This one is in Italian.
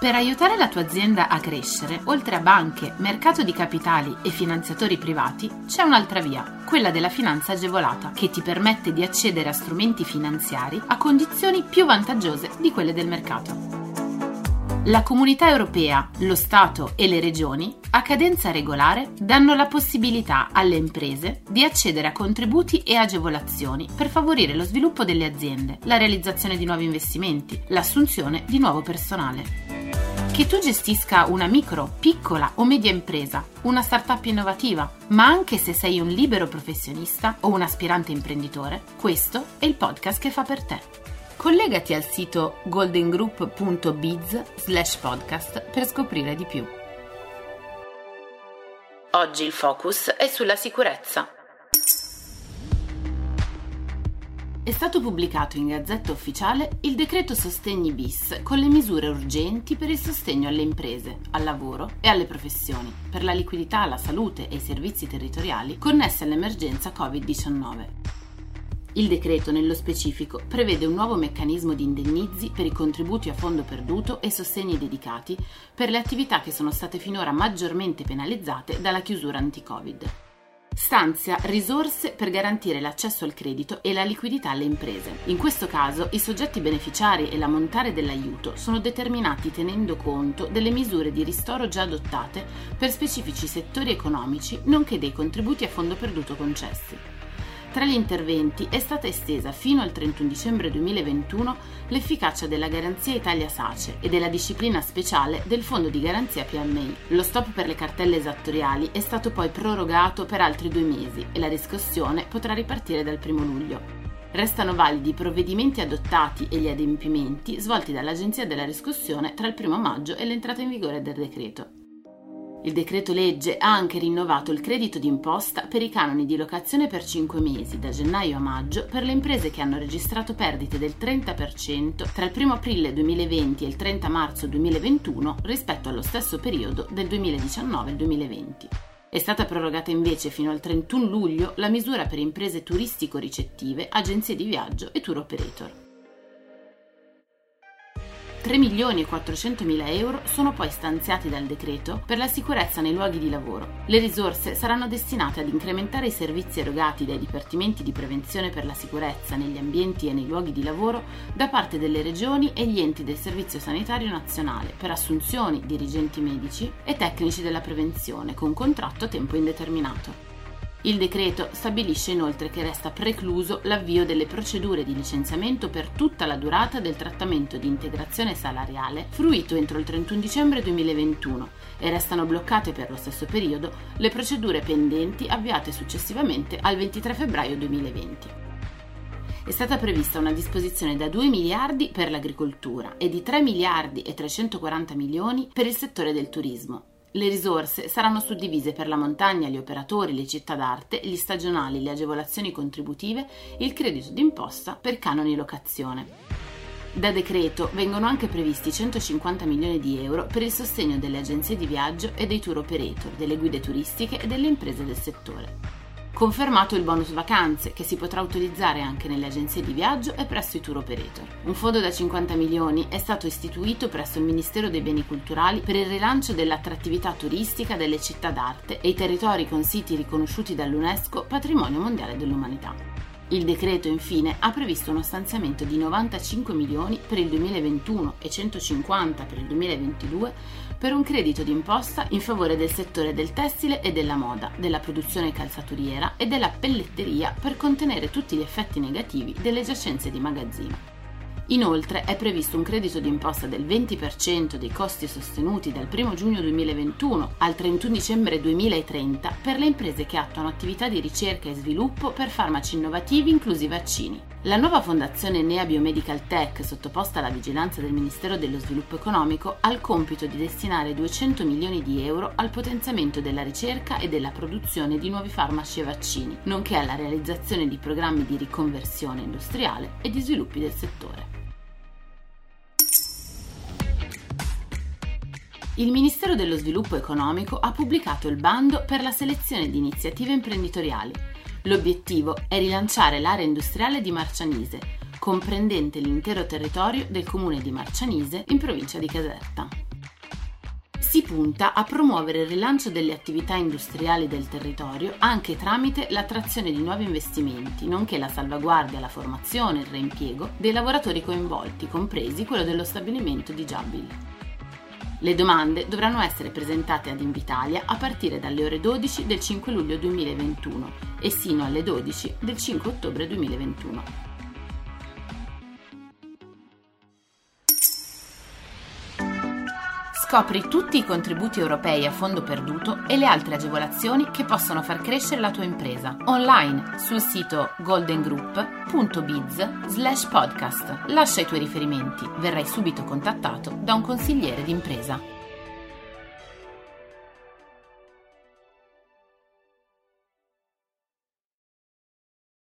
Per aiutare la tua azienda a crescere, oltre a banche, mercato di capitali e finanziatori privati, c'è un'altra via, quella della finanza agevolata, che ti permette di accedere a strumenti finanziari a condizioni più vantaggiose di quelle del mercato. La Comunità Europea, lo Stato e le Regioni, a cadenza regolare, danno la possibilità alle imprese di accedere a contributi e agevolazioni per favorire lo sviluppo delle aziende, la realizzazione di nuovi investimenti, l'assunzione di nuovo personale. Che tu gestisca una micro, piccola o media impresa, una startup innovativa, ma anche se sei un libero professionista o un aspirante imprenditore, questo è il podcast che fa per te. Collegati al sito goldengroup.biz/podcast per scoprire di più. Oggi il focus è sulla sicurezza. È stato pubblicato in Gazzetta Ufficiale il decreto Sostegni bis con le misure urgenti per il sostegno alle imprese, al lavoro e alle professioni, per la liquidità, la salute e i servizi territoriali connessi all'emergenza Covid-19. Il decreto, nello specifico, prevede un nuovo meccanismo di indennizzi per i contributi a fondo perduto e sostegni dedicati per le attività che sono state finora maggiormente penalizzate dalla chiusura anti-Covid. Stanzia risorse per garantire l'accesso al credito e la liquidità alle imprese. In questo caso, i soggetti beneficiari e l'ammontare dell'aiuto sono determinati tenendo conto delle misure di ristoro già adottate per specifici settori economici, nonché dei contributi a fondo perduto concessi. Tra gli interventi è stata estesa fino al 31 dicembre 2021 l'efficacia della Garanzia Italia SACE e della disciplina speciale del Fondo di Garanzia PMI. Lo stop per le cartelle esattoriali è stato poi prorogato per altri 2 mesi e la riscossione potrà ripartire dal 1 luglio. Restano validi i provvedimenti adottati e gli adempimenti svolti dall'Agenzia della Riscossione tra il 1 maggio e l'entrata in vigore del decreto. Il decreto legge ha anche rinnovato il credito d'imposta per i canoni di locazione per 5 mesi, da gennaio a maggio, per le imprese che hanno registrato perdite del 30% tra il 1 aprile 2020 e il 30 marzo 2021 rispetto allo stesso periodo del 2019-2020. È stata prorogata invece fino al 31 luglio la misura per imprese turistico-ricettive, agenzie di viaggio e tour operator. 3.400.000 euro sono poi stanziati dal decreto per la sicurezza nei luoghi di lavoro. Le risorse saranno destinate ad incrementare i servizi erogati dai dipartimenti di prevenzione per la sicurezza negli ambienti e nei luoghi di lavoro da parte delle regioni e gli enti del Servizio Sanitario Nazionale per assunzioni, dirigenti medici e tecnici della prevenzione con contratto a tempo indeterminato. Il decreto stabilisce inoltre che resta precluso l'avvio delle procedure di licenziamento per tutta la durata del trattamento di integrazione salariale fruito entro il 31 dicembre 2021 e restano bloccate per lo stesso periodo le procedure pendenti avviate successivamente al 23 febbraio 2020. È stata prevista una disposizione da 2 miliardi per l'agricoltura e di 3 miliardi e 340 milioni per il settore del turismo. Le risorse saranno suddivise per la montagna, gli operatori, le città d'arte, gli stagionali, le agevolazioni contributive e il credito d'imposta per canoni locazione. Da decreto vengono anche previsti 150 milioni di euro per il sostegno delle agenzie di viaggio e dei tour operator, delle guide turistiche e delle imprese del settore. Confermato il bonus vacanze, che si potrà utilizzare anche nelle agenzie di viaggio e presso i tour operator. Un fondo da 50 milioni è stato istituito presso il Ministero dei Beni Culturali per il rilancio dell'attrattività turistica delle città d'arte e i territori con siti riconosciuti dall'UNESCO Patrimonio Mondiale dell'Umanità. Il decreto, infine, ha previsto uno stanziamento di 95 milioni per il 2021 e 150 per il 2022 per un credito d'imposta in favore del settore del tessile e della moda, della produzione calzaturiera e della pelletteria per contenere tutti gli effetti negativi delle giacenze di magazzino. Inoltre è previsto un credito d'imposta del 20% dei costi sostenuti dal 1 giugno 2021 al 31 dicembre 2030 per le imprese che attuano attività di ricerca e sviluppo per farmaci innovativi inclusi vaccini. La nuova fondazione Nea Biomedical Tech, sottoposta alla vigilanza del Ministero dello Sviluppo Economico, ha il compito di destinare 200 milioni di euro al potenziamento della ricerca e della produzione di nuovi farmaci e vaccini, nonché alla realizzazione di programmi di riconversione industriale e di sviluppi del settore. Il Ministero dello Sviluppo Economico ha pubblicato il bando per la selezione di iniziative imprenditoriali. L'obiettivo è rilanciare l'area industriale di Marcianise, comprendente l'intero territorio del comune di Marcianise in provincia di Caserta. Si punta a promuovere il rilancio delle attività industriali del territorio anche tramite l'attrazione di nuovi investimenti, nonché la salvaguardia, la formazione e il reimpiego dei lavoratori coinvolti, compresi quello dello stabilimento di Jabil. Le domande dovranno essere presentate ad Invitalia a partire dalle ore 12 del 5 luglio 2021 e sino alle 12 del 5 ottobre 2021. Scopri tutti i contributi europei a fondo perduto e le altre agevolazioni che possono far crescere la tua impresa online sul sito goldengroup.biz/podcast. Lascia i tuoi riferimenti, verrai subito contattato da un consigliere d'impresa.